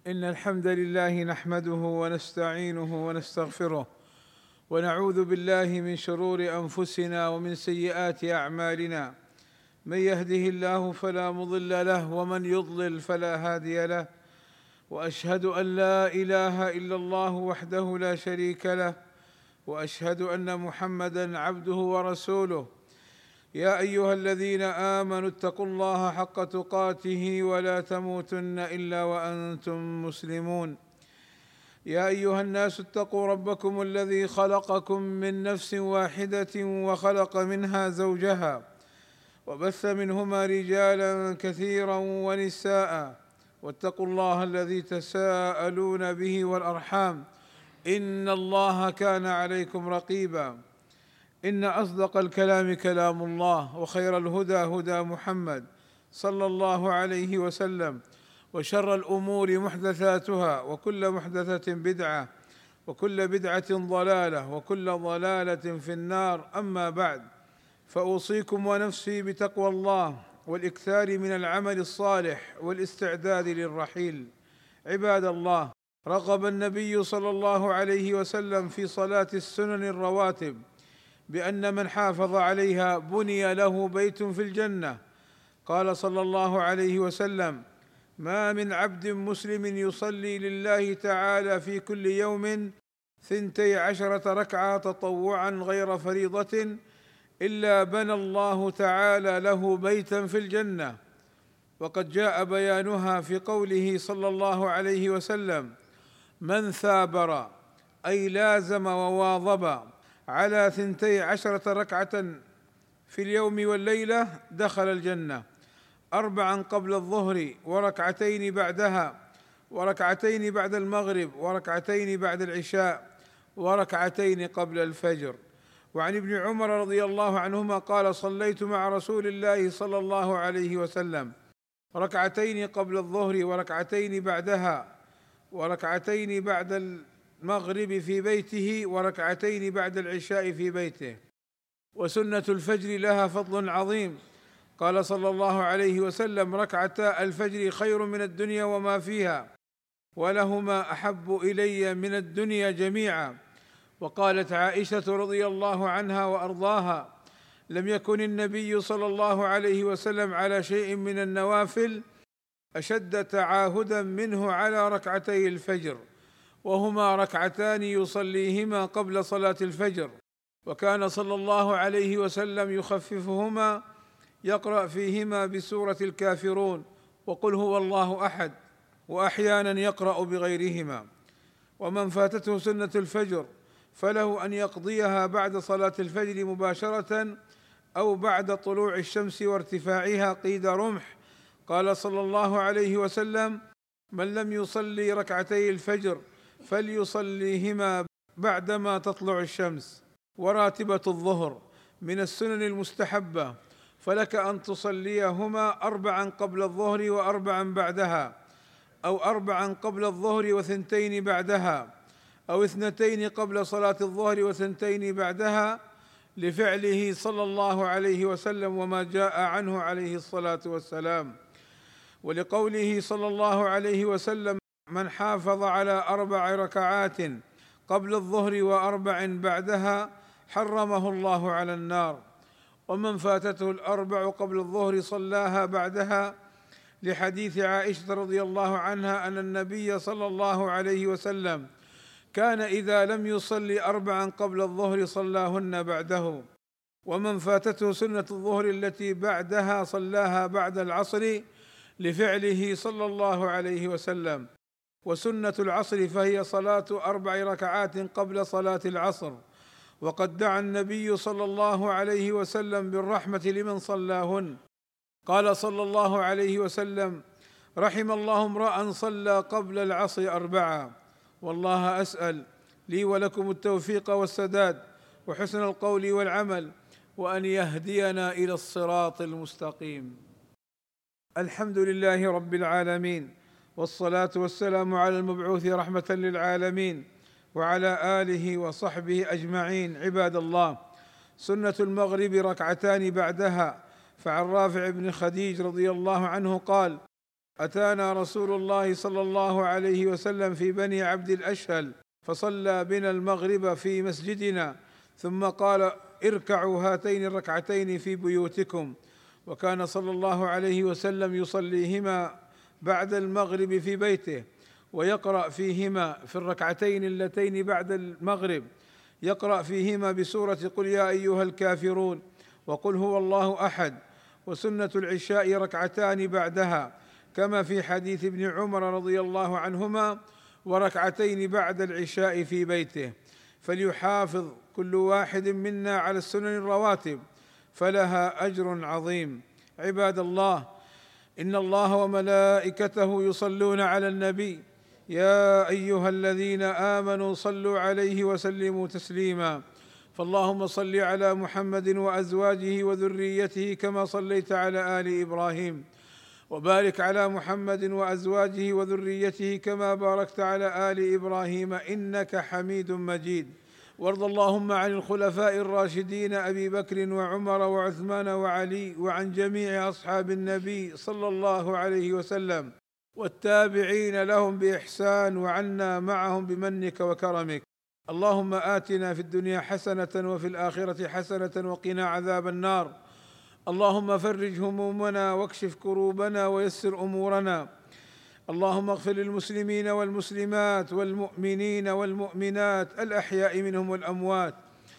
إن الحمد لله نحمده ونستعينه ونستغفره، ونعوذ بالله من شرور أنفسنا ومن سيئات أعمالنا. من يهده الله فلا مضل له، ومن يضلل فلا هادي له. وأشهد أن لا إله إلا الله وحده لا شريك له، وأشهد أن محمدًا عبده ورسوله. يا أيها الذين آمنوا اتقوا الله حق تقاته ولا تموتن إلا وأنتم مسلمون. يا أيها الناس اتقوا ربكم الذي خلقكم من نفس واحدة وخلق منها زوجها، وبث منهما رجالا كثيرا ونساء، واتقوا الله الذي تساءلون به والأرحام، إن الله كان عليكم رقيبا. إن أصدق الكلام كلام الله، وخير الهدى هدى محمد صلى الله عليه وسلم، وشر الأمور محدثاتها، وكل محدثة بدعة، وكل بدعة ضلالة، وكل ضلالة في النار. أما بعد، فأوصيكم ونفسي بتقوى الله والإكثار من العمل الصالح والاستعداد للرحيل. عباد الله، رغب النبي صلى الله عليه وسلم في صلاة السنن الرواتب بأن من حافظ عليها بني له بيت في الجنة. قال صلى الله عليه وسلم: ما من عبد مسلم يصلي لله تعالى في كل يوم 12 ركعة تطوعا غير فريضة إلا بنى الله تعالى له بيتا في الجنة. وقد جاء بيانها في قوله صلى الله عليه وسلم: من ثابر أي لازم وواظب على 12 ركعة في اليوم والليلة دخل الجنة، 4 قبل الظهر، وركعتين بعدها، وركعتين بعد المغرب، وركعتين بعد العشاء، وركعتين قبل الفجر. وعن ابن عمر رضي الله عنهما قال: صليت مع رسول الله صلى الله عليه وسلم ركعتين قبل الظهر، وركعتين بعدها، وركعتين بعد المغرب في بيته، وركعتين بعد العشاء في بيته. وسنة الفجر لها فضل عظيم. قال صلى الله عليه وسلم: ركعتا الفجر خير من الدنيا وما فيها، ولهما أحب إلي من الدنيا جميعا. وقالت عائشة رضي الله عنها وأرضاها: لم يكن النبي صلى الله عليه وسلم على شيء من النوافل أشد تعاهدا منه على ركعتي الفجر، وهما ركعتان يصليهما قبل صلاة الفجر، وكان صلى الله عليه وسلم يخففهما، يقرأ فيهما بسورة الكافرون وقل هو الله أحد، وأحيانا يقرأ بغيرهما. ومن فاتته سنة الفجر فله أن يقضيها بعد صلاة الفجر مباشرة، أو بعد طلوع الشمس وارتفاعها قيد رمح. قال صلى الله عليه وسلم: من لم يصلي ركعتي الفجر فليصليهما بعدما تطلع الشمس. وراتبة الظهر من السنن المستحبة، فلك أن تصليهما 4 قبل الظهر و4 بعدها، أو 4 قبل الظهر و2 بعدها، أو 2 قبل صلاة الظهر و2 بعدها، لفعله صلى الله عليه وسلم وما جاء عنه عليه الصلاة والسلام. ولقوله صلى الله عليه وسلم: من حافظ على 4 ركعات قبل الظهر و4 بعدها حرمه الله على النار. ومن فاتته 4 قبل الظهر صلاها بعدها، لحديث عائشة رضي الله عنها أن النبي صلى الله عليه وسلم كان إذا لم يصلي 4 قبل الظهر صلاهن بعده. ومن فاتته سنة الظهر التي بعدها صلاها بعد العصر، لفعله صلى الله عليه وسلم. وسنة العصر فهي صلاة 4 ركعات قبل صلاة العصر، وقد دعا النبي صلى الله عليه وسلم بالرحمة لمن صلاهن. قال صلى الله عليه وسلم: رحم الله امرأ صلى قبل العصر 4. والله أسأل لي ولكم التوفيق والسداد وحسن القول والعمل، وأن يهدينا إلى الصراط المستقيم. الحمد لله رب العالمين، والصلاة والسلام على المبعوث رحمة للعالمين، وعلى آله وصحبه أجمعين. عباد الله، سنة المغرب 2 بعدها. فعن رافع بن خديج رضي الله عنه قال: أتانا رسول الله صلى الله عليه وسلم في بني عبد الأشهل فصلى بنا المغرب في مسجدنا، ثم قال: اركعوا هاتين الركعتين في بيوتكم. وكان صلى الله عليه وسلم يصليهما بعد المغرب في بيته، ويقرأ فيهما في الركعتين اللتين بعد المغرب، يقرأ فيهما بسورة قل يا أيها الكافرون وقل هو الله أحد. وسنة العشاء ركعتان بعدها، كما في حديث ابن عمر رضي الله عنهما: وركعتين بعد العشاء في بيته. فليحافظ كل واحد منا على السنن الرواتب، فلها أجر عظيم. عباد الله، إن الله وملائكته يصلون على النبي، يا أيها الذين آمنوا صلوا عليه وسلموا تسليما. فاللهم صل على محمد وأزواجه وذريته كما صليت على آل إبراهيم، وبارك على محمد وأزواجه وذريته كما باركت على آل إبراهيم إنك حميد مجيد. وارض اللهم عن الخلفاء الراشدين أبي بكر وعمر وعثمان وعلي، وعن جميع أصحاب النبي صلى الله عليه وسلم، والتابعين لهم بإحسان، وعنا معهم بمنك وكرمك. اللهم آتنا في الدنيا حسنة وفي الآخرة حسنة وقنا عذاب النار. اللهم فرج همومنا واكشف كروبنا ويسر أمورنا. اللهم اغفر للمسلمين والمسلمات والمؤمنين والمؤمنات الأحياء منهم والأموات.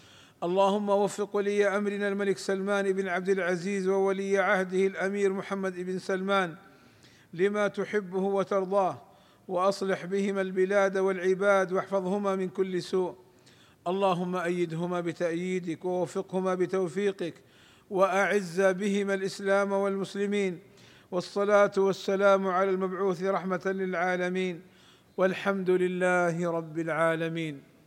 اللهم وفق ولي أمرنا الملك سلمان بن عبد العزيز وولي عهده الأمير محمد بن سلمان لما تحبه وترضاه، وأصلح بهما البلاد والعباد، واحفظهما من كل سوء. اللهم أيدهما بتأييدك، ووفقهما بتوفيقك، وأعز بهما الإسلام والمسلمين. والصلاة والسلام على المبعوث رحمة للعالمين، والحمد لله رب العالمين.